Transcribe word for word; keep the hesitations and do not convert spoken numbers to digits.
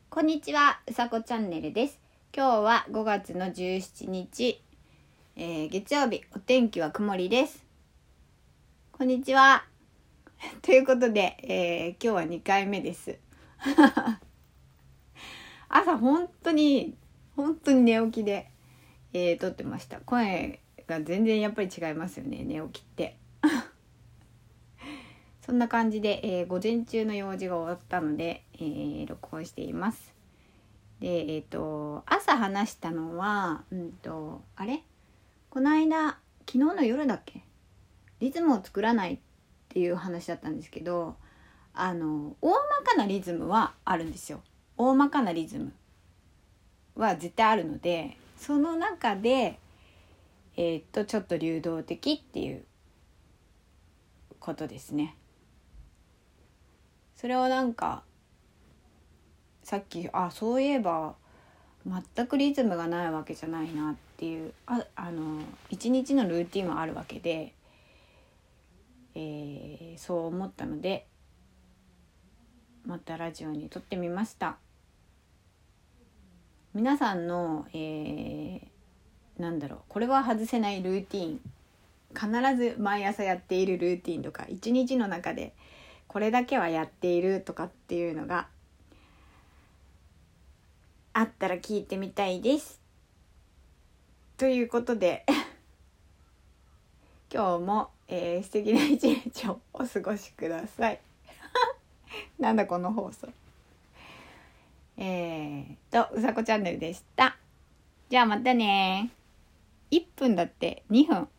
こんにちは、うさこチャンネルです。今日はごがつのじゅうしちにち、えー、月曜日、お天気は曇りです。こんにちは。ということで、えー、今日はにかいめです。朝本当に本当に寝起きで、えー、撮ってました。声が全然やっぱり違いますよね、寝起きって。そんな感じで、えー、午前中の用事が終わったので、えー、録音しています。で、えっと、朝話したのは、うんと、あれこの間、昨日の夜だっけリズムを作らないっていう話だったんですけど、あの、大まかなリズムはあるんですよ。大まかなリズムは絶対あるので、その中で、えっと、ちょっと流動的っていうことですね。それをなんか、さっきあそういえば全くリズムがないわけじゃないなっていうああの一日のルーティンはあるわけで、えー、そう思ったのでまたラジオに撮ってみました。皆さんの、えー、なんだろうこれは外せないルーティン、必ず毎朝やっているルーティンとか一日の中でこれだけはやっているとかっていうのがあったら聞いてみたいです。ということで今日も、えー、素敵な一日をお過ごしください。なんだこの放送。えーとうさこチャンネルでした。じゃあまたね。いっぷんだってにふん。